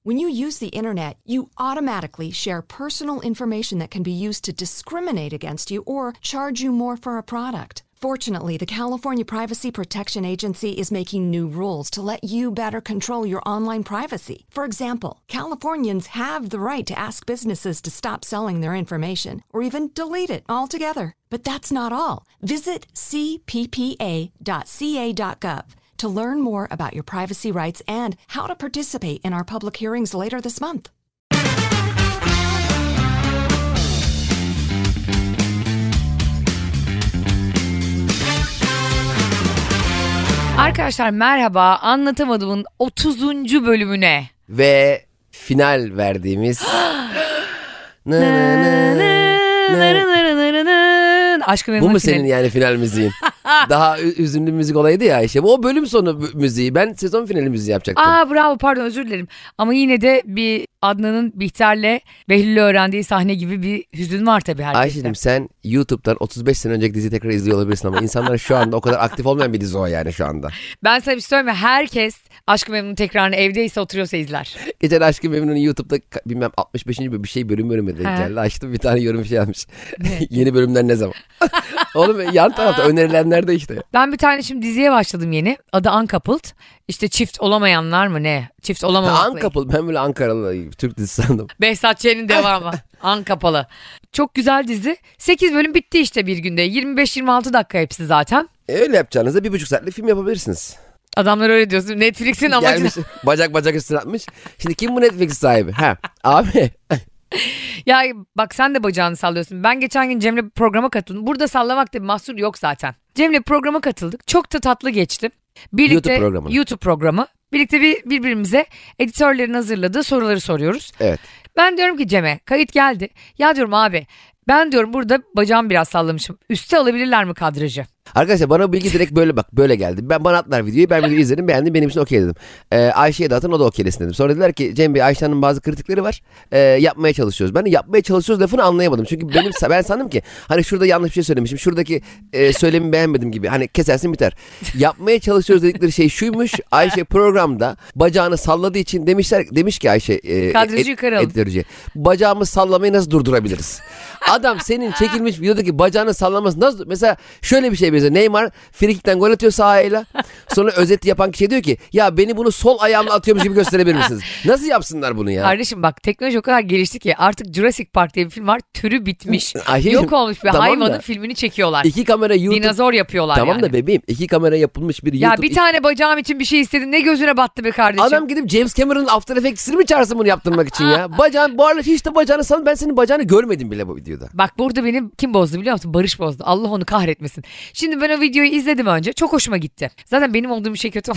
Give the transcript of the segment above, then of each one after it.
When you use the internet, you automatically share personal information that can be used to discriminate against you or charge you more for a product. Fortunately, the California Privacy Protection Agency is making new rules to let you better control your online privacy. For example, Californians have the right to ask businesses to stop selling their information or even delete it altogether. But that's not all. Visit cppa.ca.gov to learn more about your privacy rights and how to participate in our public hearings later this month. Arkadaşlar merhaba, Anlatamadım'ın 30. bölümüne. Ve final verdiğimiz... Aşkı Bu mu senin yani final müziğin? Daha üzünlü müzik olaydı ya Ayşe. Bu o bölüm sonu müziği. Ben sezon finali müziği yapacaktım. Bravo, pardon, özür dilerim. Ama yine de bir Adnan'ın Bihter'le Behlül'ü öğrendiği sahne gibi bir hüzün var tabii herkeste. Ayşe'cim sen YouTube'dan 35 sene önceki diziyi tekrar izliyor olabilirsin ama insanlar şu anda o kadar aktif olmayan bir dizi o yani şu anda. Ben sana bir şey söyleyeyim mi? Herkes Aşk-ı Memnun tekrarını evdeyse oturuyorsa izler. Geçen Aşk-ı Memnun'un YouTube'da bilmem 65. bir şey bölüme denk geldi. Açtım bir tane yorum şey yazmış. Yeni bölümler ne zaman? Oğlum yan tarafta önerilenler de işte. Ben bir tane şimdi diziye başladım yeni. Adı Uncoupled. İşte çift olamayanlar mı ne? Çift olamamakla. Uncoupled, ben böyle Ankaralı Türk dizisi sandım. Behzat Ç'nin devamı. Unkapalı. Çok güzel dizi. 8 bölüm bitti işte bir günde. 25-26 dakika hepsi zaten. Öyle yapacağınızda 1,5 saatlik film yapabilirsiniz. Adamlar öyle diyorsun. Netflix'in amacı. Gelmiş bacak üstüne atmış. Şimdi kim bu Netflix sahibi? Abi. Ya bak sen de bacağını sallıyorsun. Ben geçen gün Cem'le programa katıldım. Burada sallamakta bir mahsur yok zaten. Cem'le programa katıldık. Çok da tatlı geçti. Birlikte YouTube programı. Birlikte birbirimize editörlerin hazırladığı soruları soruyoruz. Evet. Ben diyorum ki Cem'e kayıt geldi. Ya diyorum abi ben diyorum burada bacağımı biraz sallamışım. Üste alabilirler mi kadrajı? Arkadaşlar bana bu bilgi direkt böyle geldi. Bana attılar videoyu, ben videoyu izledim, beğendim, benim için okey dedim. Ayşe'ye de atın, o da okeylesin dedim. Sonra dediler ki Cem Bey, Ayşe Hanım'ın bazı kritikleri var. Yapmaya çalışıyoruz. Ben de yapmaya çalışıyoruz lafını anlayamadım. Çünkü ben sandım ki hani şurada yanlış bir şey söylemişim. Şuradaki söylemi beğenmedim gibi. Hani kesersin biter. Yapmaya çalışıyoruz dedikleri şey şuymuş. Ayşe programda bacağını salladığı için demiş ki Ayşe kadrajı yukarı alın. editörcüye, bacağımı sallamayı nasıl durdurabiliriz? Adam senin çekilmiş videodaki bacağını sallaması nasıl? Mesela şöyle bir şey benziyor. Neymar frikikten gol atıyor sağ ayağıyla. Sonra özet yapan kişi diyor ki ya beni bunu sol ayağımla atıyormuş gibi gösterebilir misiniz? Nasıl yapsınlar bunu ya? Kardeşim bak teknoloji o kadar gelişti ki artık Jurassic Park diye bir film var. Türü bitmiş. Yok olmuş bir hayvanın filmini çekiyorlar. 2 kamera YouTube. Dinozor yapıyorlar tamam yani. Da bebeğim 2 kamera yapılmış bir YouTube. Ya bir tane bacağım için bir şey istedin, ne gözüne battı be kardeşim. Adam gidip James Cameron'ın After Effects'ini mi çağırsın bunu yaptırmak için ya? Bacağın bu arada hiç de bacağını salın, ben senin bacağını görmedim bile bu videoda. Bak burada benim kim bozdu biliyor musun? Barış bozdu. Allah onu kahretmesin. Şimdi ben o videoyu izledim önce. Çok hoşuma gitti. Zaten benim olduğum şey kötü.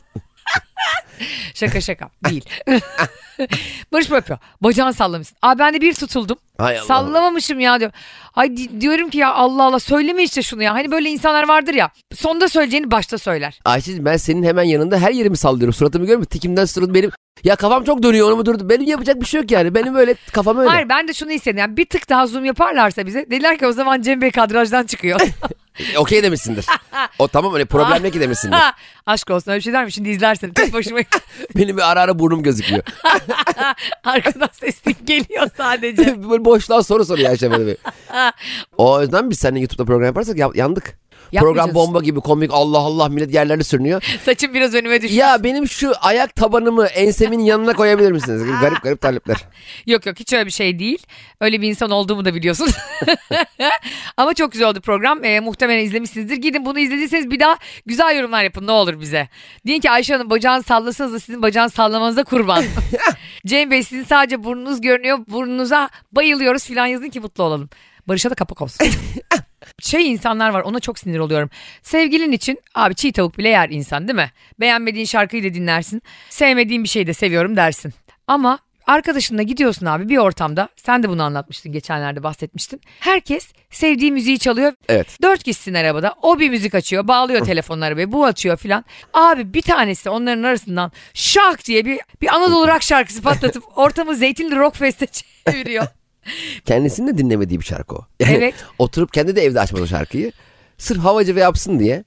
Şaka değil. Barış böyle yapıyor. Bacağını sallamışsın. Ben de bir tutuldum. Sallamamışım ya diyor. Diyorum ki ya Allah Allah söyleme işte şunu ya. Hani böyle insanlar vardır ya. Sonda söyleyeceğini başta söyler. Ayşe'cim ben senin hemen yanında her yerimi sallıyorum. Suratımı görmüyor musun? Tikimden suratım benim. Ya kafam çok dönüyor, onu mu durdu? Benim yapacak bir şey yok yani. Benim öyle kafam öyle. Hayır ben de şunu istedim. Yani bir tık daha zoom yaparlarsa bize. Dediler ki o zaman Cem Bey kadrajdan çıkıyor. Okey demişsindir. O tamam öyle problem ne ki demişsindir. Aşk olsun öyle bir şey der mi? Şimdi izlersin tek başıma. Benim bir ara burnum gözüküyor. Arkadan sesin geliyor sadece. Böyle boşluğa soru soruyor Ayşe böyle. O yüzden biz seninle YouTube'da program yaparsak yandık. Program bomba gibi komik, Allah Allah, millet yerlerde sürünüyor. Saçım biraz önüme düşmüş. Ya benim şu ayak tabanımı ensemin yanına koyabilir misiniz? Garip talepler. Yok hiç öyle bir şey değil. Öyle bir insan olduğumu da biliyorsun. Ama çok güzel oldu program. Muhtemelen izlemişsinizdir. Gidin bunu izlediyseniz bir daha güzel yorumlar yapın ne olur bize. Deyin ki Ayşe Hanım bacağını sallasanız da sizin bacağını sallamanıza kurban. Cem Bey sizin sadece burnunuz görünüyor. Burnunuza bayılıyoruz filan yazın ki mutlu olalım. Barış'a da kapak olsun. İnsanlar var, ona çok sinir oluyorum. Sevgilin için abi çiğ tavuk bile yer insan değil mi? Beğenmediğin şarkıyı da dinlersin. Sevmediğin bir şeyi de seviyorum dersin. Ama arkadaşınla gidiyorsun abi bir ortamda. Sen de bunu anlatmıştın, geçenlerde bahsetmiştin. Herkes sevdiği müziği çalıyor. Evet. 4 kişisin arabada. O bir müzik açıyor. Bağlıyor telefonunu arabaya. Bu açıyor filan. Abi bir tanesi onların arasından şak diye bir Anadolu rock şarkısı patlatıp ortamı Zeytinli Rock Fest'e çeviriyor. Kendisinin de dinlemediği bir şarkı o. Yani evet. Oturup kendi de evde açmadı şarkıyı. Sırf havacı ve yapsın diye.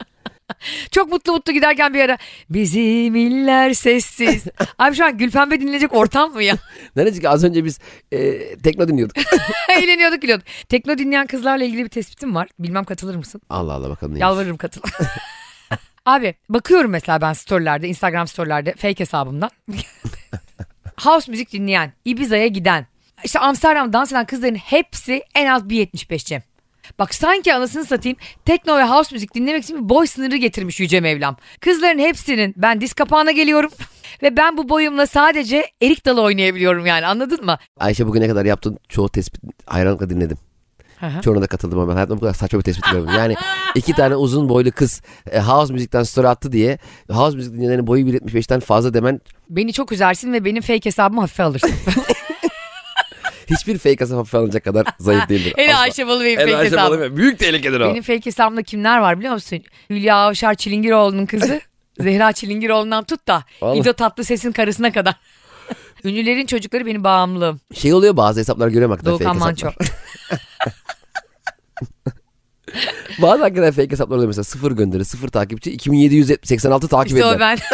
Çok mutlu mutlu giderken bir ara bizim iller sessiz. Abi şu an Gülpembe dinleyecek ortam mı ya? Nerede ki az önce biz tekno dinliyorduk. Eğleniyorduk gülüyorduk. Tekno dinleyen kızlarla ilgili bir tespitim var. Bilmem katılır mısın? Allah Allah bakalım neymiş. Yalvarırım katıl. Abi bakıyorum mesela ben storylerde, Instagram storylerde fake hesabımdan. House müzik dinleyen, Ibiza'ya giden, işte Amsterdam dans eden kızların hepsi en az 1.75 Cem. Bak sanki anasını satayım tekno ve house müzik dinlemek için bir boy sınırı getirmiş Yüce Mevlam. Kızların hepsinin ben diz kapağına geliyorum ve ben bu boyumla sadece erik dalı oynayabiliyorum yani, anladın mı? Ayşe bugüne kadar yaptığın çoğu tespit hayranlıkla dinledim. Çoğuna da katıldım ama ben hayatımda bu kadar saçma bir tespit görmedim. Yani 2 tane uzun boylu kız house müzikten story attı diye house müzik dinleyenin boyu 1.75'ten fazla demen. Beni çok üzersin ve benim fake hesabımı hafife alırsın. Hiçbir fake hesap hafife alınacak kadar zayıf değildir. En Ayşe Balı benim fake hesabım. Büyük tehlikedir o. Benim fake hesabımda kimler var biliyor musun? Hülya Avşar Çilingiroğlu'nun kızı. Zehra Çilingiroğlu'ndan tut da İdo Tatlıses'in karısına kadar. Ünlülerin çocukları benim bağımlılığım. Şey oluyor bazı hesaplar görüyorum hakikaten Doğukan fake Manço. hesaplar. Bazı hakikaten fake hesaplar oluyor mesela 0 gönderi 0 takipçi 2786 takip İşte edilen. o ben.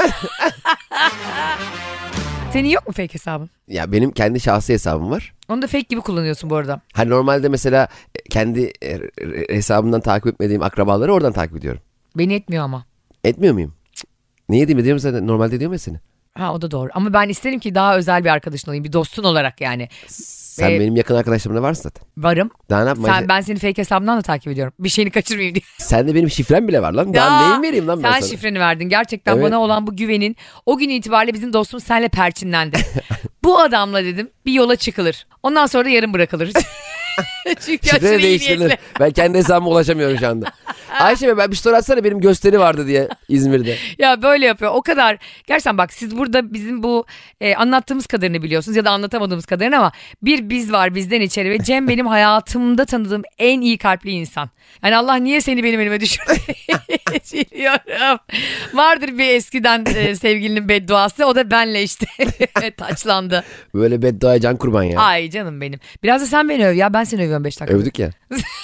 Senin yok mu fake hesabın? Ya benim kendi şahsi hesabım var. Onu da fake gibi kullanıyorsun bu arada. Hani normalde mesela kendi hesabımdan takip etmediğim akrabaları oradan takip ediyorum. Beni etmiyor ama. Etmiyor muyum? Cık. Niye diyeyim ediyorum zaten normalde ediyorum ya seni. Ha o da doğru. Ama ben isterim ki daha özel bir arkadaşın olayım. Bir dostun olarak yani. Sen benim yakın arkadaşlarımda varsın zaten. Varım. Daha ne yapmayı? Ben seni fake hesabımdan da takip ediyorum. Bir şeyini kaçırmayayım diye. Sen de benim şifrem bile var lan. Daha neyin vereyim lan ben sen sana? şifreni verdin. Gerçekten Evet. bana olan bu güvenin o gün itibariyle bizim dostumuz seninle perçinlendi. Bu adamla dedim bir yola çıkılır. Ondan sonra da yarım bırakılır. Çünkü Şifre aşırı de iyi değiştirilir. niyetli. Ben kendi hesabıma ulaşamıyorum şu anda. Ayşe ben bir story atsana benim gösteri vardı diye İzmir'de. Ya böyle yapıyor. O kadar. Gerçekten bak siz burada bizim bu anlattığımız kadarını biliyorsunuz ya da anlatamadığımız kadarını ama bir biz var bizden içeri ve Cem benim hayatımda tanıdığım en iyi kalpli insan. Yani Allah niye seni benim elime düşürdü? Biliyorum. Vardır bir eskiden sevgilinin bedduası o da benle işte taçlandı. Böyle bedduaya can kurban ya. Ay canım benim. Biraz da sen beni öv ya ben seni övüyorum 5 dakika. Övdük ya.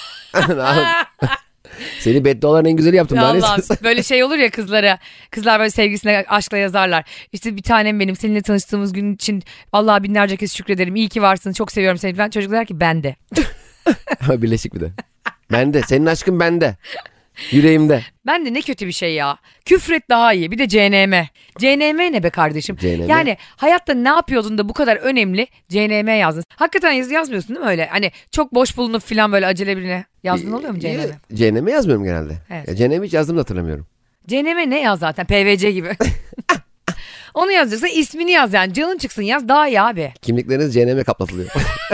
Seni bedduaların en güzeli yaptım. Daha ne Allah istiyorsun? böyle şey olur ya kızlara. Kızlar böyle sevgisine aşkla yazarlar. İşte bir tanem benim seninle tanıştığımız gün için Allah'a binlerce kez şükrederim. İyi ki varsın çok seviyorum seni falan. Çocuk der ki ben de. Ama birleşik bir de. Bende. Senin aşkın bende. Yüreğimde. Ben de ne kötü bir şey ya. Küfret daha iyi. Bir de CNM. CNM ne be kardeşim? CNM. Yani hayatta ne yapıyordun da bu kadar önemli CNM yazdın. Hakikaten yazmıyorsun değil mi öyle? Hani çok boş bulunup falan böyle acele birine yazdın oluyor mu CNM? CNM yazmıyorum genelde. Evet. Ya CNM hiç yazdığımı da hatırlamıyorum. CNM ne yaz zaten? PVC gibi. Onu yazacaksan ismini yaz yani. Canın çıksın yaz daha iyi abi. Kimlikleriniz CNM kaplatılıyor.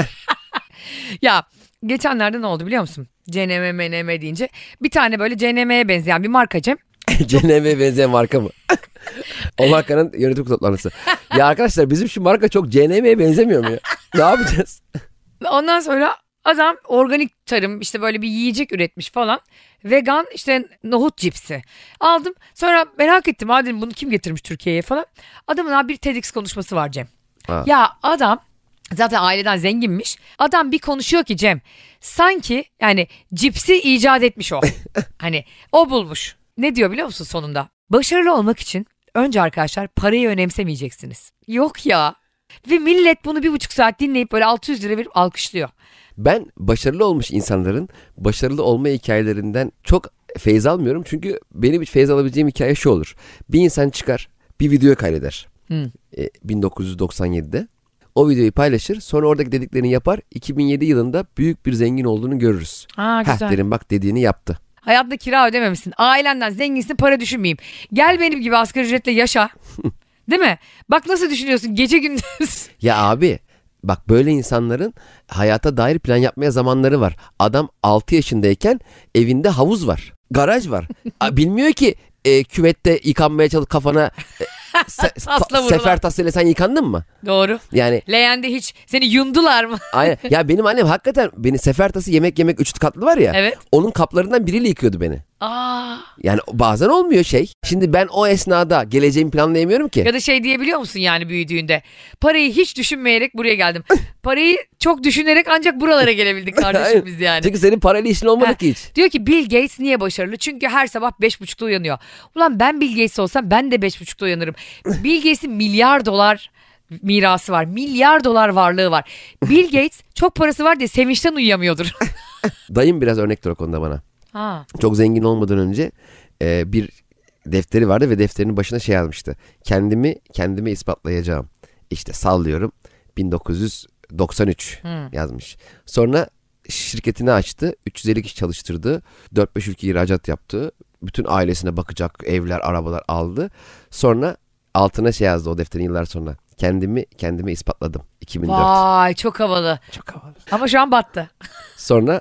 Ya geçenlerde ne oldu biliyor musun? CNM, MNM deyince bir tane böyle CNM'ye benzeyen bir marka Cem. CNM'ye benzeyen marka mı? O markanın yönetim kurulu toplantısı. Ya arkadaşlar bizim şu marka çok CNM'ye benzemiyor mu ya? Ne yapacağız? Ondan sonra adam organik tarım işte böyle bir yiyecek üretmiş falan. Vegan işte nohut cipsi. Aldım sonra merak ettim. Ha dedim bunu kim getirmiş Türkiye'ye falan. Adamın abi bir TEDx konuşması var Cem. Ha. Ya adam zaten aileden zenginmiş. Adam bir konuşuyor ki Cem sanki yani cipsi icat etmiş o. Hani o bulmuş. Ne diyor biliyor musun sonunda? Başarılı olmak için önce arkadaşlar parayı önemsemeyeceksiniz. Yok ya. Ve millet bunu 1,5 saat dinleyip böyle 600 lira verip alkışlıyor. Ben başarılı olmuş insanların başarılı olma hikayelerinden çok feyz almıyorum. Çünkü benim hiç feyz alabileceğim hikaye şu olur. Bir insan çıkar bir video kaydeder. 1997'de. O videoyu paylaşır sonra oradaki dediklerini yapar. 2007 yılında büyük bir zengin olduğunu görürüz. Aa, güzel. Derim bak dediğini yaptı. Hayatta kira ödememişsin. Ailenden zenginsin para düşünmeyeyim. Gel benim gibi asgari ücretle yaşa. Değil mi? Bak nasıl düşünüyorsun gece gündüz. Ya abi bak böyle insanların hayata dair plan yapmaya zamanları var. Adam 6 yaşındayken evinde havuz var. Garaj var. Bilmiyor ki küvette yıkanmaya çalış kafana Tasla vurulan. sefer tasıyla sen yıkandın mı? Doğru. Yani Leğende hiç seni yundular mı? aynen. Ya benim annem hakikaten beni sefer tası yemek 3 katlı var ya. Evet. Onun kaplarından biriyle yıkıyordu beni. Aa. Yani bazen olmuyor şey. Şimdi ben o esnada geleceğimi planlayamıyorum ki. Ya da şey diyebiliyor musun yani büyüdüğünde? Parayı hiç düşünmeyerek buraya geldim. Parayı çok düşünerek ancak buralara gelebildik kardeşim biz yani. Çünkü senin parayla işin olmadı ki hiç. Diyor ki Bill Gates niye başarılı? Çünkü her sabah 5.30'da uyanıyor. Ulan ben Bill Gates olsam ben de 5.30'da uyanırım. Bill Gates'in milyar dolar mirası var. Milyar dolar varlığı var. Bill Gates çok parası var diye sevinçten uyuyamıyordur. Dayım biraz örnektir o konuda bana. Ha. Çok zengin olmadan önce bir defteri vardı ve defterinin başına şey yazmıştı. Kendime ispatlayacağım. İşte sallıyorum 1993 yazmış. Sonra şirketini açtı. 350 kişi çalıştırdı. 4-5 ülke ihracat yaptı. Bütün ailesine bakacak evler, arabalar aldı. Sonra altına şey yazdı o defterin yıllar sonra. Kendime ispatladım. 2004. Vay çok havalı. Çok havalı. Ama şu an battı. Sonra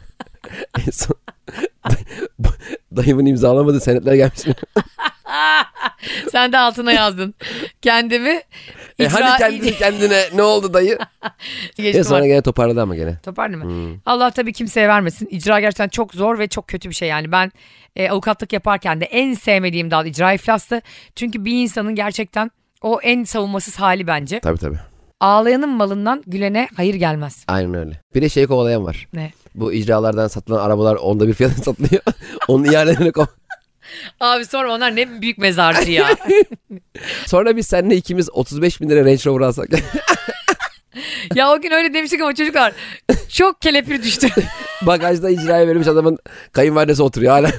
dayımın imzalamadığı senetler gelmiş mi? Sen de altına yazdın. Kendimi Hani kendine ne oldu dayı? Geçtim Sonra gene toparladı ama gene. Toparlı mı? Allah tabii kimseye vermesin. İcra gerçekten çok zor ve çok kötü bir şey yani. Ben avukatlık yaparken de en sevmediğim dal icra iflastı. Çünkü bir insanın gerçekten o en savunmasız hali bence. Tabii. Ağlayanın malından gülene hayır gelmez. Aynen öyle. Bir de şey kovalayan var. Ne? Bu icralardan satılan arabalar onda bir fiyatına satılıyor. Onun ihalelerini Abi sonra onlar ne büyük mezarcı ya. Sonra biz seninle ikimiz 35 bin lira Range Rover alsak. Ya o gün öyle demiştik ama çocuklar çok kelepir düştü. Bagajda icraya verilmiş adamın kayınvalidesi oturuyor hala.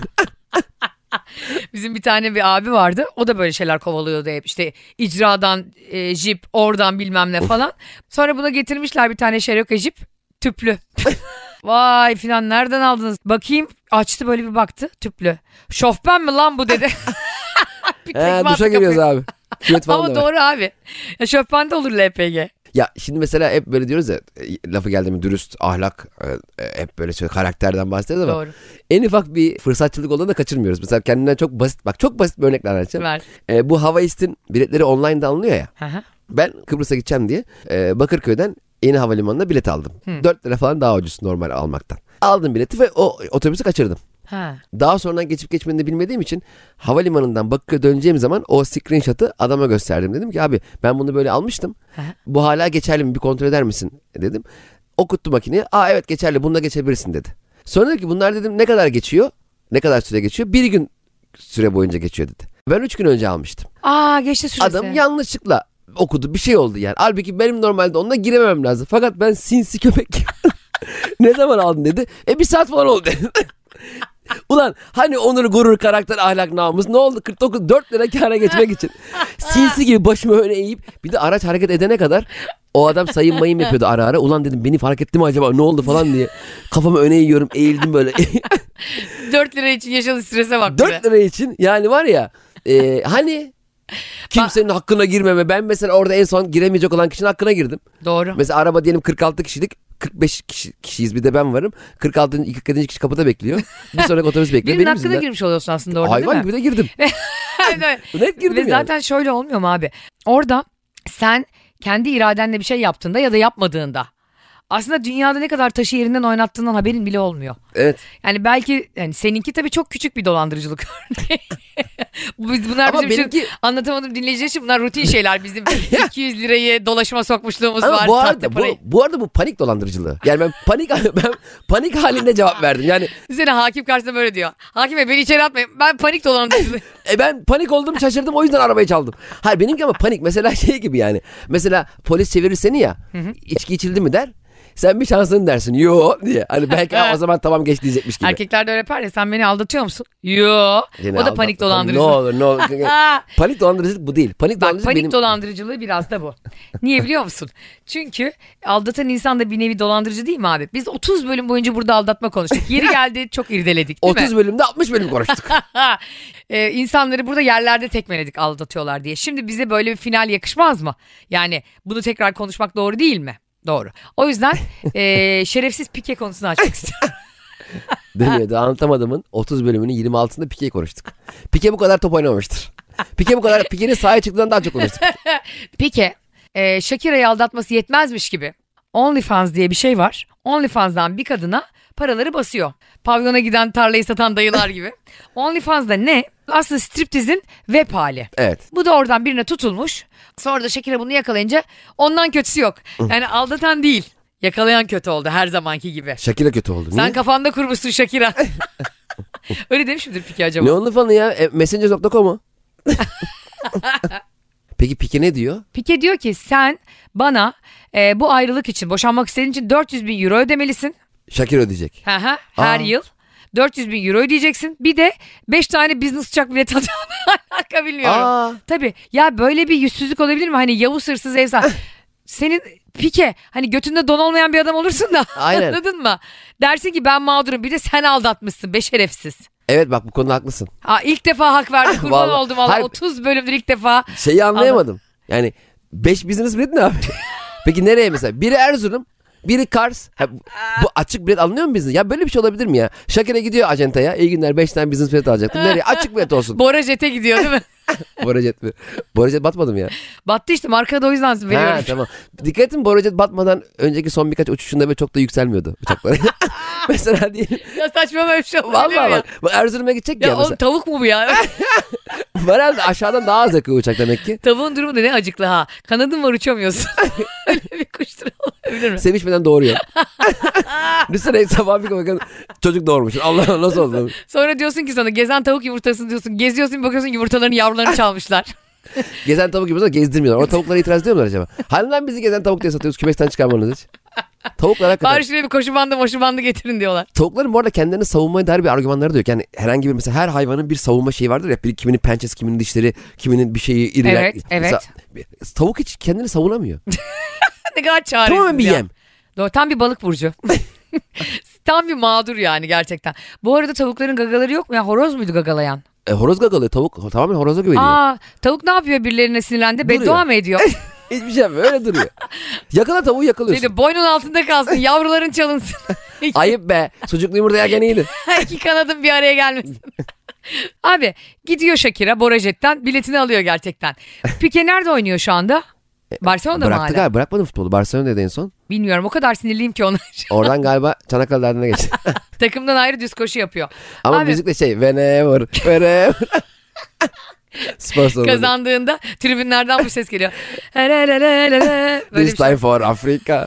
Bizim bir tane bir abi vardı. O da böyle şeyler kovalıyordu hep. İşte icradan jip, oradan bilmem ne falan. Sonra buna getirmişler bir tane Cherokee jip. Tüplü. Vay filan nereden aldınız? Bakayım açtı böyle bir baktı tüplü. Şofben mi lan bu dedi. Bir tekme Duşa attı giriyoruz kapıya. abi. Küvet falan Ama da var. doğru abi. Ya şofben de olur LPG. Ya şimdi mesela hep böyle diyoruz ya lafı geldi mi dürüst, ahlak hep böyle şey, karakterden bahsederiz ama Doğru. en ufak bir fırsatçılık olduğunda da kaçırmıyoruz. Mesela kendinden çok basit çok basit bir örnekle anlatacağım. Ver. Bu Havaist'in biletleri online'da alınıyor ya. Hı hı. Ben Kıbrıs'a gideceğim diye Bakırköy'den yeni havalimanına bilet aldım. 4 lira falan daha ucuz normal almaktan. Aldım bileti ve o otobüsü kaçırdım. Ha. Daha sonradan geçip geçmediğini de bilmediğim için havalimanından Bakırköy'e döneceğim zaman o screenshot'ı adama gösterdim. Dedim ki abi ben bunu böyle almıştım. Hı hı. Bu hala geçerli mi bir kontrol eder misin dedim. Okuttu makineyi. Evet geçerli bununla geçebilirsin dedi. Sonra dedi ki bunlar dedim ne kadar geçiyor? Ne kadar süre geçiyor? 1 gün süre boyunca geçiyor dedi. Ben 3 gün önce almıştım. Geçti süresi. Adam yanlışlıkla okudu bir şey oldu yani. Halbuki benim normalde onunla girememem lazım. Fakat ben sinsi köpek ne zaman aldın dedi. 1 saat falan oldu dedi. Ulan hani onur, gurur, karakter, ahlak, namus ne oldu? 4 lira kâra geçmek için. Sinsi gibi başımı öne eğip bir de araç hareket edene kadar o adam sayım mayım yapıyordu ara ara. Ulan dedim beni fark etti mi acaba ne oldu falan diye. Kafamı öne eğiyorum eğildim böyle. 4 lira için yaşadığı strese bak. 4 lira için yani var ya hani kimsenin hakkına girmeme. Ben mesela orada en son giremeyecek olan kişinin hakkına girdim. Doğru. Mesela araba diyelim 46 kişilik. 45 kişiyiz bir de ben varım. 47. kişi kapıda bekliyor. Bir sonraki otobüs bekliyor. Birinin Benim hakkına yüzümden girmiş oluyorsun aslında orada hayvan değil mi? gibi de girdim. Net girdim Ve yani. zaten şöyle olmuyor mu abi? Orada sen kendi iradenle bir şey yaptığında ya da yapmadığında aslında dünyada ne kadar taşı yerinden oynattığından haberin bile olmuyor. Evet. Yani belki yani seninki tabii çok küçük bir dolandırıcılık örneği. Bunlar Ama bizim için benimki- anlatamadığım dinleyiciler için bunlar rutin şeyler. Bizim 200 lirayı dolaşıma sokmuşluğumuz Ama var. bu sahte arada parayı. bu arada bu panik dolandırıcılığı. Yani ben panik halinde cevap verdim. Yani Üzerine hakim karşısında böyle diyor. Hakim bey beni içeri atmayın. Ben panik dolandırıcılığı. ben panik oldum şaşırdım o yüzden arabayı çaldım. Hayır benimki ama panik mesela şey gibi yani. Mesela polis çevirir seni ya. İçki içildi mi der. Sen bir şansın dersin. Yo diye. Hani belki o zaman tamam geç diyecekmiş gibi. Erkekler de öyle yapar ya sen beni aldatıyor musun? Yo. Yine O da aldatma. panik Ne dolandırıcılığı. olur ne olur. Panik dolandırıcılık bu değil. Panik Bak dolandırıcılık panik benim... dolandırıcılığı biraz da bu. Niye biliyor musun? Çünkü aldatan insan da bir nevi dolandırıcı değil mi abi? Biz 30 bölüm boyunca burada aldatma konuştuk. Yeri geldi çok irdeledik değil 30 mi? bölümde 60 bölüm konuştuk. İnsanları burada yerlerde tekmeledik aldatıyorlar diye. Şimdi bize böyle bir final yakışmaz mı? Yani bunu tekrar konuşmak doğru değil mi? Doğru. O yüzden şerefsiz pike konusunu açmak istiyorum. Demiyordu anlatamadımın 30 bölümünün 26'sında Pike'yi konuştuk. Pike bu kadar top oynamamıştır. Pike'nin sahaya çıktığından daha çok konuştuk. Pike Shakira'yı aldatması yetmezmiş gibi OnlyFans diye bir şey var. OnlyFans'dan bir kadına paraları basıyor. Pavyona giden tarlayı satan dayılar gibi. OnlyFans'da ne? Aslında striptizin web hali. Evet. Bu da oradan birine tutulmuş. Sonra da Shakira bunu yakalayınca ondan kötüsü yok. Yani aldatan değil. Yakalayan kötü oldu her zamanki gibi. Shakira kötü oldu. Niye? Sen kafanda kurmuşsun Shakira. Öyle demiş midir Pike acaba? Ne OnlyFans'ı ya? Messenger.com mu? Peki Pike ne diyor? Pike diyor ki sen bana bu ayrılık için, boşanmak istediğin için 400 bin euro ödemelisin. Shakira ödeyecek. Her yıl 400 bin euro ödeyeceksin. Bir de 5 tane business uçak bileti alacağım. Alaka bilmiyorum. Tabii ya, böyle bir yüzsüzlük olabilir mi? Hani Yavuz hırsız ev sahibi. Senin Pike hani götünde don olmayan bir adam olursun da. Aynen. Anladın mı? Dersin ki ben mağdurum, bir de sen aldatmışsın be şerefsiz. Evet bak bu konuda haklısın. İlk defa hak verdim, kurban Vallahi. oldum valla. Hayır. 30 bölümdür ilk defa. Şeyi anlayamadım. Yani 5 business bilet ne abi? Peki nereye mesela? Biri Erzurum, biri Kars. Bu açık bilet alınıyor mu business? Ya böyle bir şey olabilir mi ya? Shakira gidiyor acentaya. İyi günler, 5 tane business bilet alacaktım. Nereye? Açık bilet olsun. Bora Jet'e gidiyor değil mi? Bora Jet mi? Bora Jet batmadım ya. Battı işte, marka da o yüzden veriyorum. Ha tamam. Dikkat ettin, Bora Jet batmadan önceki son birkaç uçuşunda böyle çok da yükselmiyordu uçakları. Mesela diyelim. Ya saçma böyle bir şey olabilir Vallahi ya. bak. Bu Erzurum'a gidecek ya, Ya mesela. oğlum tavuk mu bu ya? Herhalde aşağıdan daha az yakıyor uçak demek ki. Tavuğun durumu da ne acıklı ha. Kanadın var, uçamıyorsun. Öyle bir kuştur olabilir mi? Sevişmeden doğuruyor. Düşünsene sabah bir bakın çocuk doğurmuş. Allah nasıl oldu? Sonra diyorsun ki sana gezen tavuk yumurtasını diyorsun. Geziyorsun, bir bakıyorsun yumurtaların yavrularını çalmışlar. Gezen tavuk gibi gezdirmiyorlar. O tavuklara itiraz ediyor mular acaba? Halinden bizi gezen tavuk diye satıyoruz. Kümesten çıkarmanız hiç. Tavuklar hakikaten. Bari şuraya bir koşu bandı getirin diyorlar. Tavukların bu arada kendilerini savunmaya dair bir argümanları da yok. Yani herhangi bir, mesela her hayvanın bir savunma şeyi vardır ya. Kiminin pençesi, kiminin dişleri, kiminin bir şeyi iriler. Evet, evet. Mesela, tavuk hiç kendini savunamıyor. Ne kadar çaresiz Tamamen bir ya. yem. Doğru, tam bir balık burcu. Tam bir mağdur yani gerçekten. Bu arada tavukların gagaları yok mu ya? Horoz muydu gagalayan? Horoz gagalıyor. Tavuk tamamen horoza güveniyor. Tavuk ne yapıyor birilerine sinirlendi? Duruyor. Beddua mı ediyor? Hiçbir şey yapmıyor. Öyle duruyor. Yakala tavuğu yakalıyorsun. Şeyde, boynun altında kalsın, yavruların çalınsın. Ayıp be. Sucuklu yumurta yerken iyiydi. İki kanadın bir araya gelmesin. Abi gidiyor Shakira Bora Jet'ten biletini alıyor gerçekten. Pike nerede oynuyor şu anda? Barcelona'da mı Bıraktı hala? galiba. Bırakmadı futbolu. Barcelona'da en son. Bilmiyorum, o kadar sinirliyim ki ona. Oradan galiba Çanakkale Derneği'ne geçti. Takımdan ayrı düz koşu yapıyor. Ama Abi, müzik de whenever. Spor salonu. kazandığında tribünlerden bu ses geliyor. Böyle bir This şey. time for Africa.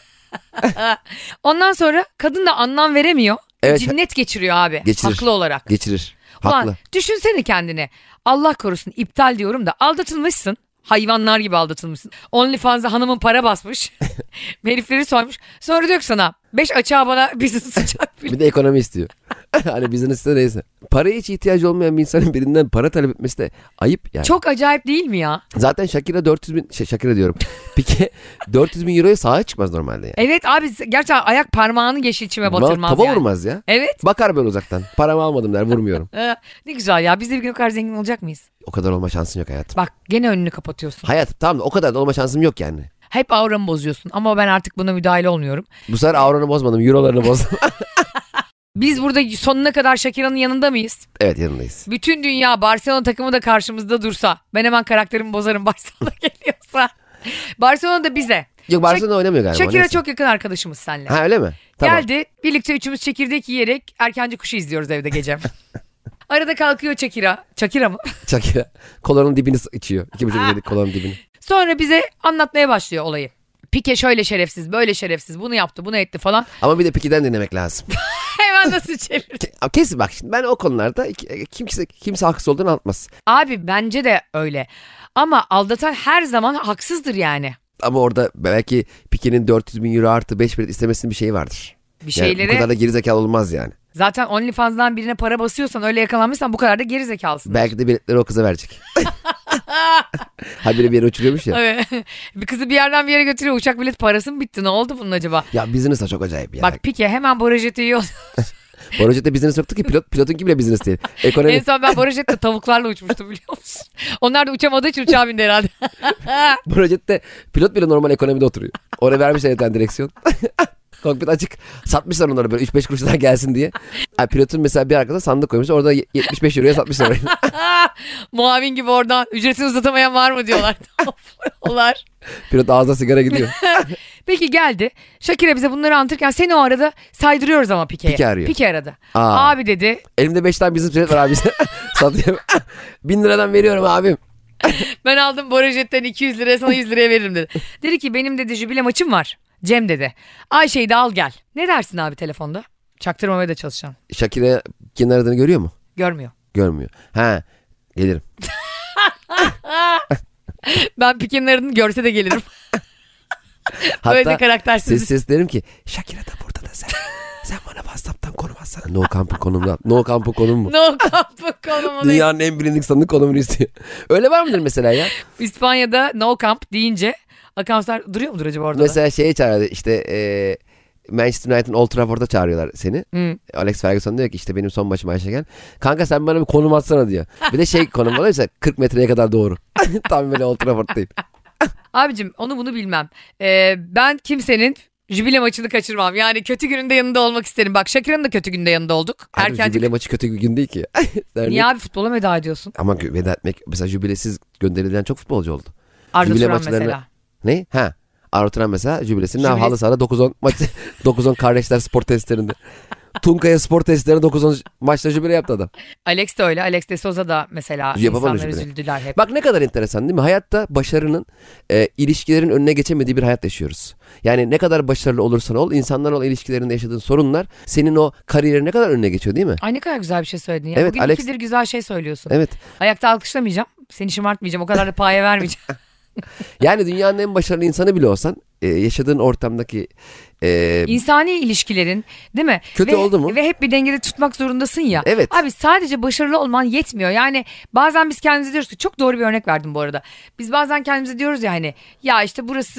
Ondan sonra kadın da anlam veremiyor. Evet. Cinnet geçiriyor abi. Geçirir. Haklı olarak. Geçirir. Ulan Haklı. düşünsene kendini. Allah korusun, iptal diyorum da aldatılmışsın. Hayvanlar gibi aldatılmışsın. OnlyFans'a hanımın para basmış. Herifleri soymuş. Sonra diyor ki sana 5 açığa bana business uçak Bir de ekonomi istiyor. Hani business'te neyse. Paraya hiç ihtiyacı olmayan bir insanın birinden para talep etmesi de ayıp yani. Çok acayip değil mi ya? Zaten Shakira 400 bin... Shakira diyorum. Pike 400 bin euroya sahaya çıkmaz normalde yani. Evet abi, gerçekten ayak parmağını yeşilçime batırmaz Tava yani. vurmaz ya. Evet. Bakar böyle uzaktan. Paramı almadım der, vurmuyorum. Ne güzel ya, biz de bir gün o kadar zengin olacak mıyız? O kadar olma şansın yok hayatım. Bak gene önünü kapatıyorsun. Hayatım tamam da o kadar da olma şansım yok yani. Hep auramı bozuyorsun ama ben artık buna müdahale olmuyorum. Bu sefer auranı bozmadım. Eurolarını bozdum. Biz burada sonuna kadar Shakira'nın yanında mıyız? Evet yanındayız. Bütün dünya Barcelona takımı da karşımızda dursa, ben hemen karakterimi bozarım Barcelona geliyorsa. Barcelona da bize. Yok Barcelona oynamıyor galiba. Shakira neyse. çok yakın arkadaşımız seninle. Ha öyle mi? Tamam. Geldi, birlikte üçümüz çekirdek yiyerek erkenci kuşu izliyoruz evde gece. Arada kalkıyor Shakira. Shakira mı? Shakira kolanın dibini içiyor. 2,5 yedik kolanın dibini. Sonra bize anlatmaya başlıyor olayı. Pike şöyle şerefsiz, böyle şerefsiz, bunu yaptı, bunu etti falan. Ama bir de Pique'den dinlemek lazım. Hemen nasıl çevirdi? Kesin bak şimdi ben o konularda kimse haksız olduğunu anlatmaz. Abi bence de öyle. Ama aldatan her zaman haksızdır yani. Ama orada belki Pique'nin 400 bin euro artı 5 bilet istemesinin bir şeyi vardır. Bir Yani şeyleri... bu kadar da gerizekalı olmaz yani. Zaten OnlyFans'dan birine para basıyorsan, öyle yakalanmışsan bu kadar da gerizekalısın. Belki de biletleri o kıza verecek. Haberi bir yere uçuruyormuş ya. Evet. Bir kızı bir yerden bir yere götürüyor. Uçak bilet parası mı bitti? Ne oldu bunun acaba? Ya business da çok acayip ya. Bak Pike hemen Bora Jet'e yiyor. Boracet'te business yoktu ki pilotunki bile business değil. Ekonomi. En son ben Bora Jet'te tavuklarla uçmuştum, biliyor musun? Onlar da uçamadığı için uçağa bindi herhalde. Boracet'te pilot bile normal ekonomide oturuyor. Oraya vermişler bir tane direksiyon. Kokpit açık. Satmışlar onları böyle 3-5 kuruş daha gelsin diye. Yani pilotun mesela bir arkada sandık koymuş. Orada 75 euroya satmışlar orayı. Muavin gibi oradan ücretini uzatamayan var mı diyorlar. Onlar. Pilot ağzına sigara gidiyor. Peki geldi. Shakira bize bunları anlatırken seni o arada saydırıyoruz ama Pike'ye. Pike arıyor. Pike aradı. Aa. Abi dedi. Elimde 5 tane bizim süret var abi. Satıyorum. 1000 liradan veriyorum abim. Ben aldım Borajet'ten 200 liraya sana 100 liraya veririm dedi. Dedi ki benim dedi jübile maçım var. Cem dedi. Ayşe'yi de al gel. Ne dersin abi telefonda? Çaktırmamaya da çalışan. Shakira kimin aradığını görüyor mu? Görmüyor. Görmüyor. Ha, gelirim. Ben Pike'nin aradığını görse de gelirim. Böyle de Hatta karaktersiz. ses derim ki Shakira da burada da sen. Sen bana WhatsApp'tan konum atsana. No Camp'ın konumunu. No Camp'ın konumu mu? No Camp'ın konumu. Dünyanın en bilindik sandık konumunu istiyor. Öyle var mıdır mesela ya? İspanya'da No Camp deyince akanslar duruyor mudur acaba orada Mesela şeye çağırdı işte Manchester United'ın Old Trafford'a çağırıyorlar seni. Alex Ferguson diyor ki işte benim son maçım Ayşe gel. Kanka sen bana bir konum atsana diyor. Bir de şey konum oluyorsa 40 metreye kadar doğru. Tam böyle Old Trafford'dayım. Abicim onu bunu bilmem. Ben kimsenin jübile maçını kaçırmam. Yani kötü gününde yanında olmak isterim. Bak Shakira'nın da kötü günde yanında olduk. Abi jübile maçı kötü bir gün değil ki. Niye abi futbola veda ediyorsun? Ama veda etmek mesela jübilesiz gönderilen çok futbolcu oldu. Arda Jübile Turan maçlarını- mesela. Ne? Ha. Arda Turan mesela jübilesinin Jübilesi- halı sahada 9-10 maç 9-10 kardeşler spor testlerinde. Tunkaya spor testlerinde 9-10 maçta jübile yaptı adam. Alex de öyle. Alex de Souza da mesela Yapamadı insanlar jübile. üzüldüler hep. Bak ne kadar enteresan değil mi? Hayatta başarının ilişkilerin önüne geçemediği bir hayat yaşıyoruz. Yani ne kadar başarılı olursan ol, insanlarla olan ilişkilerinde yaşadığın sorunlar senin o kariyerin ne kadar önüne geçiyor değil mi? Ay ne kadar güzel bir şey söyledin ya. Evet, Bugün Alex- ikidir güzel şey söylüyorsun. Evet. Ayakta alkışlamayacağım. Seni şımartmayacağım. O kadar da paye vermeyeceğim. Yani dünyanın en başarılı insanı bile olsan yaşadığın ortamdaki İnsani ilişkilerin değil mi? Kötü oldu mu? Ve hep bir dengede tutmak zorundasın ya. Evet. Abi sadece başarılı olman yetmiyor. Yani bazen biz kendimize diyoruz ki çok doğru bir örnek verdim bu arada. Biz bazen kendimize diyoruz ya hani ya işte burası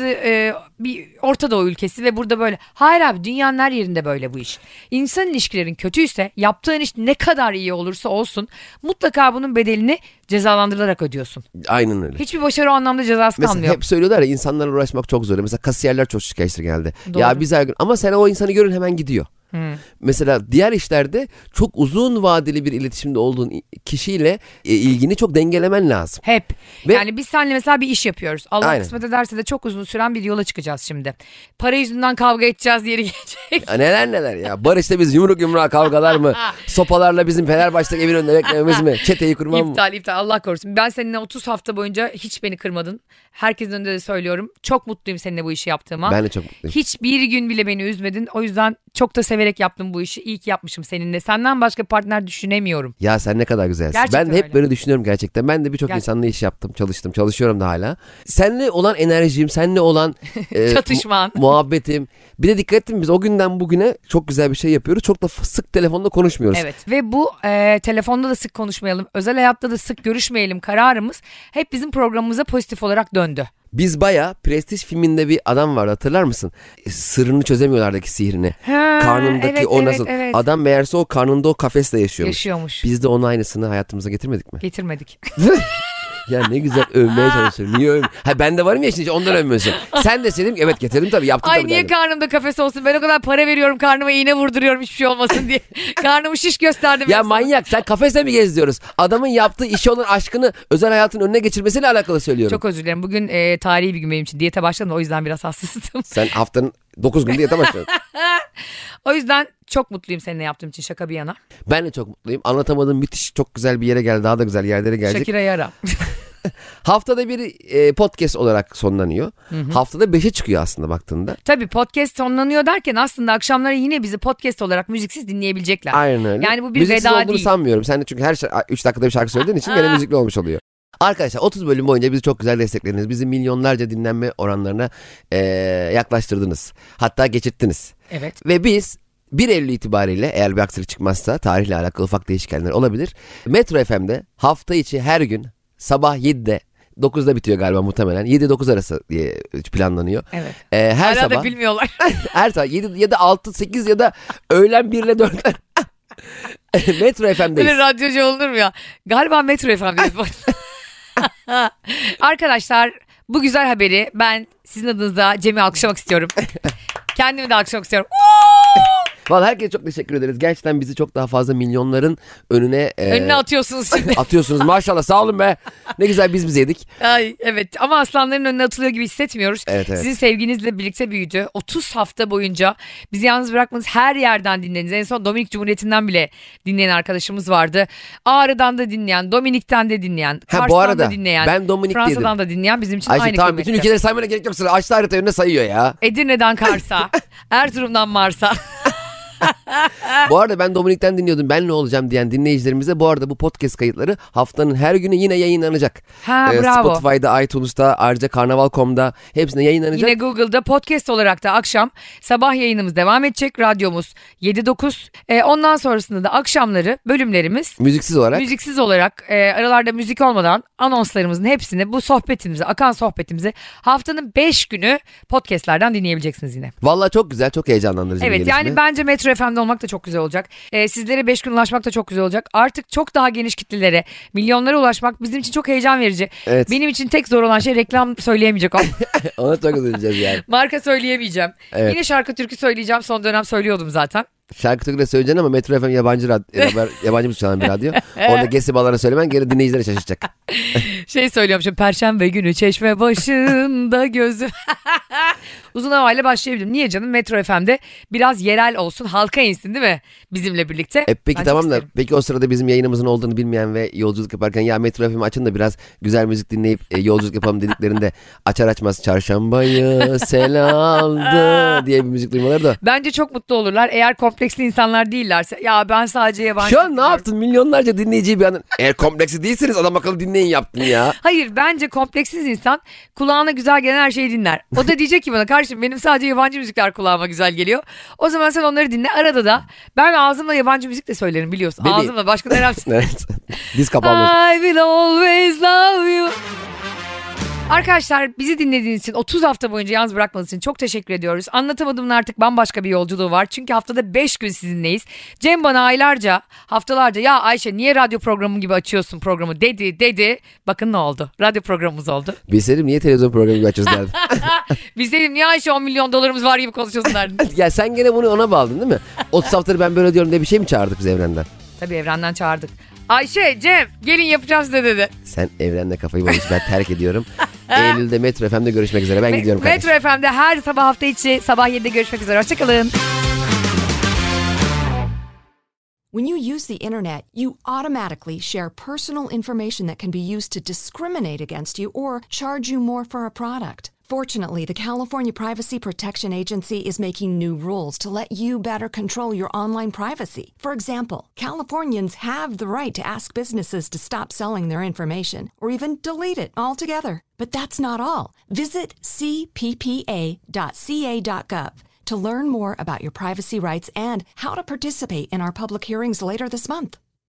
bir Orta Doğu ülkesi ve burada böyle. Hayır abi dünyanın her yerinde böyle bu iş. İnsan ilişkilerin kötüyse yaptığın iş ne kadar iyi olursa olsun mutlaka bunun bedelini cezalandırılarak ödüyorsun. aynen öyle. Hiçbir başarı o anlamda cezası Mesela kalmıyor. hep söylüyorlar ya insanlarla uğraşmak çok zor. Mesela kasiyerler çok şikayetçi geldi. Doğru. Ya biz her gün ama sen o insanı görün hemen gidiyor. Mesela diğer işlerde çok uzun vadeli bir iletişimde olduğun kişiyle ilgini çok dengelemen lazım. Hep. Ve- Yani biz seninle mesela bir iş yapıyoruz. Allah Aynen. kısmet ederse de çok uzun süren bir yola çıkacağız şimdi. Para yüzünden kavga edeceğiz yeri gelecek. Ya neler neler ya. Barış'ta biz yumruk yumruğa kavgalar mı? Sopalarla bizim Fenerbahçe'deki evin önünde beklememiz mi? Çeteyi kurmam mı? İptal Allah korusun. Ben seninle 30 hafta boyunca hiç beni kırmadın. Herkesin önünde de söylüyorum. Çok mutluyum seninle bu işi yaptığıma. Ben de çok mutluyum. Hiçbir gün bile beni üzmedin. O yüzden çok da severek yaptım bu işi. İyi ki yapmışım seninle. Senden başka partner düşünemiyorum. Ya sen ne kadar güzelsin. Gerçekten Ben de hep öyle. böyle düşünüyorum gerçekten. Ben de birçok insanla iş yaptım, çalıştım, çalışıyorum da hala. Seninle olan enerjim, seninle olan Çatışman. muhabbetim. Bir de dikkat ettim biz o günden bugüne çok güzel bir şey yapıyoruz. Çok da sık telefonda konuşmuyoruz. Evet ve bu telefonda da sık konuşmayalım, özel hayatta da sık görüşmeyelim kararımız hep bizim programımıza pozitif olarak döndü. Biz bayağı Prestij filminde bir adam vardı hatırlar mısın? Sırrını çözemiyorlardaki sihrini. Ha, Karnındaki evet, o evet, nasıl? evet. Adam meğerse o karnında o kafesle yaşıyormuş. Yaşıyormuş. Biz de onun aynısını hayatımıza getirmedik mi? Getirmedik. Ya ne güzel övmeye çalışıyorum. Niye övmüyorum? Ha ben de varım ya şimdi ondan övmüyorsun. Sen de dedim ki evet getirdim tabii yaptım Ay tabii. niye derdim. karnımda kafes olsun, ben o kadar para veriyorum, karnıma iğne vurduruyorum hiçbir şey olmasın diye. Karnımı şiş gösterdim. Ya en son. manyak sen kafeste mi geziyoruz? Adamın yaptığı işe olan aşkını özel hayatın önüne geçirmesiyle alakalı söylüyorum. Çok özür dilerim, bugün tarihi bir gün benim için, diyete başladım da o yüzden biraz hassastım. Sen haftanın 9 günde yata başladın. O yüzden çok mutluyum seninle yaptığım için, şaka bir yana. Ben de çok mutluyum. Anlatamadığım müthiş çok güzel bir yere geldi. Daha da güzel yerlere gelecek. Shakira'yı ara. Haftada bir podcast olarak sonlanıyor. Haftada 5'e çıkıyor aslında baktığında. Tabii podcast sonlanıyor derken aslında akşamları yine bizi podcast olarak müziksiz dinleyebilecekler. Aynen öyle. Yani bu bir Müziksiz veda olduğunu değil. sanmıyorum. Sen de çünkü her 3 dakikada bir şarkı söylediğin için gene müzikli olmuş oluyor. Arkadaşlar 30 bölüm boyunca bizi çok güzel desteklediniz. Bizi milyonlarca dinlenme oranlarına yaklaştırdınız. Hatta geçirttiniz. Evet. Ve biz 1 Eylül itibariyle eğer bir aksilik çıkmazsa tarihle alakalı ufak değişiklikler olabilir. Metro FM'de hafta içi her gün sabah 7'de 9'da bitiyor galiba muhtemelen. 7-9 arası diye planlanıyor. Evet. Her Hala sabah da bilmiyorlar. her sabah 7 ya da 6 8 ya da öğlen 1 ile 4 Metro FM'deyiz. Böyle radyocu olur mu ya? Galiba Metro FM'deyiz. Arkadaşlar bu güzel haberi ben sizin adınıza Cem'i alkışlamak istiyorum. Kendimi de alkışlamak istiyorum. Vallahi herkese çok teşekkür ederiz. Gerçekten bizi çok daha fazla milyonların Önüne atıyorsunuz şimdi. atıyorsunuz. Maşallah, sağ olun be. Ne güzel biz yedik. Ay, evet, ama aslanların önüne atılıyor gibi hissetmiyoruz. Evet. Sizin sevginizle birlikte büyüdü. 30 hafta boyunca bizi yalnız bırakmanız, her yerden dinlediniz. En son Dominik Cumhuriyeti'nden bile dinleyen arkadaşımız vardı. Ağrı'dan da dinleyen, Dominik'ten de dinleyen, Kars'tan bu arada da dinleyen, ben Dominik Fransa'dan da dinleyen bizim için Ayşe, aynı tamam, kıymetli. bütün ülkeleri saymana gerek yok. Sıra açtı harita önüne sayıyor ya. Edirne'den Kars'a, Erzurum'dan Mars'a. Bu arada ben Dominik'ten dinliyordum. Ben ne olacağım diyen dinleyicilerimize bu arada bu podcast kayıtları haftanın her günü yine yayınlanacak. Bravo. Spotify'da, iTunes'ta, ayrıca Karnaval.com'da hepsinde yayınlanacak. Yine Google'da podcast olarak da akşam sabah yayınımız devam edecek. Radyomuz 7-9. Ondan sonrasında da akşamları bölümlerimiz müziksiz olarak aralarda müzik olmadan anonslarımızın hepsini, bu sohbetimizi, akan sohbetimizi haftanın 5 günü podcastlerden dinleyebileceksiniz yine. Vallahi çok güzel, çok heyecanlandırıcı bir Evet, gelişme. yani bence Metro FM'de olmak da çok güzel olacak. Sizlere 5 gün ulaşmak da çok güzel olacak. Artık çok daha geniş kitlelere, milyonlara ulaşmak bizim için çok heyecan verici. Evet. Benim için tek zor olan şey reklam söyleyemeyecek olmak. Ona çok üzüleceğiz yani. Marka söyleyemeyeceğim. Evet. Yine şarkı türkü söyleyeceğim. Son dönem söylüyordum zaten. Şarkı türkü söyleyeceksin ama Metro FM yabancı müzik çalan bir radyo. Orada gesibalarını söylemen geri dinleyicileri şaşırtacak. Söylüyormuşum. Perşembe günü çeşme başında gözüm. Uzun havayla başlayabilirim. Niye canım? Metro FM'de biraz yerel olsun, halka insin değil mi? Bizimle birlikte. Peki Ben tamam çok da isterim. peki o sırada bizim yayınımızın olduğunu bilmeyen ve yolculuk yaparken ya Metro FM'i açın da biraz güzel müzik dinleyip yolculuk yapalım dediklerinde açar açmaz çarşambayı sel aldı diye bir müzik duymaları da. Bence çok mutlu olurlar. Eğer kompleksli insanlar değillerse, ya ben sadece yabancı Şu an ne dinliyorum. yaptın? Milyonlarca dinleyiciyi bir anda eğer kompleksi değilseniz adam akıllı dinleyin yaptın ya. Hayır, bence kompleksiz insan kulağına güzel gelen her şeyi dinler. O da diyecek ki bana, kardeşim benim sadece yabancı müzikler kulağıma güzel geliyor. O zaman sen onları dinle. Arada da ben ağzımla yabancı müzik de söylerim, biliyorsun. Bebeğim. Ağzımla başka ne yapsın? Evet. Diz kapanmış. I will always love you. Arkadaşlar, bizi dinlediğiniz için, 30 hafta boyunca yalnız bırakmadığınız için çok teşekkür ediyoruz. Anlatamadığımın artık bambaşka bir yolculuğu var. Çünkü haftada 5 gün sizinleyiz. Cem bana aylarca, haftalarca ya Ayşe niye radyo programı gibi açıyorsun programı dedi. Bakın ne oldu? Radyo programımız oldu. Bilseydim niye televizyon programı gibi açıyoruz derdim. Biz dedim niye Ayşe 10 milyon dolarımız var gibi konuşuyorsun derdin. Ya sen gene bunu ona bağladın değil mi? 30 haftadır ben böyle diyorum diye bir şey mi çağırdık biz evrenden? Tabii evrenden çağırdık. Ayşe, Cem gelin yapacağım size dedi. Sen evrenle kafayı buluş, ben terk ediyorum. Eylül'de Metro FM'de görüşmek üzere. Ben gidiyorum kardeşim. Metro FM'de her sabah, hafta içi sabah 7'de görüşmek üzere. Hoşçakalın. When you use the internet, you automatically share personal information that can be used to discriminate against you or charge you more for a product. Fortunately, the California Privacy Protection Agency is making new rules to let you better control your online privacy. For example, Californians have the right to ask businesses to stop selling their information or even delete it altogether. But that's not all. Visit cppa.ca.gov to learn more about your privacy rights and how to participate in our public hearings later this month.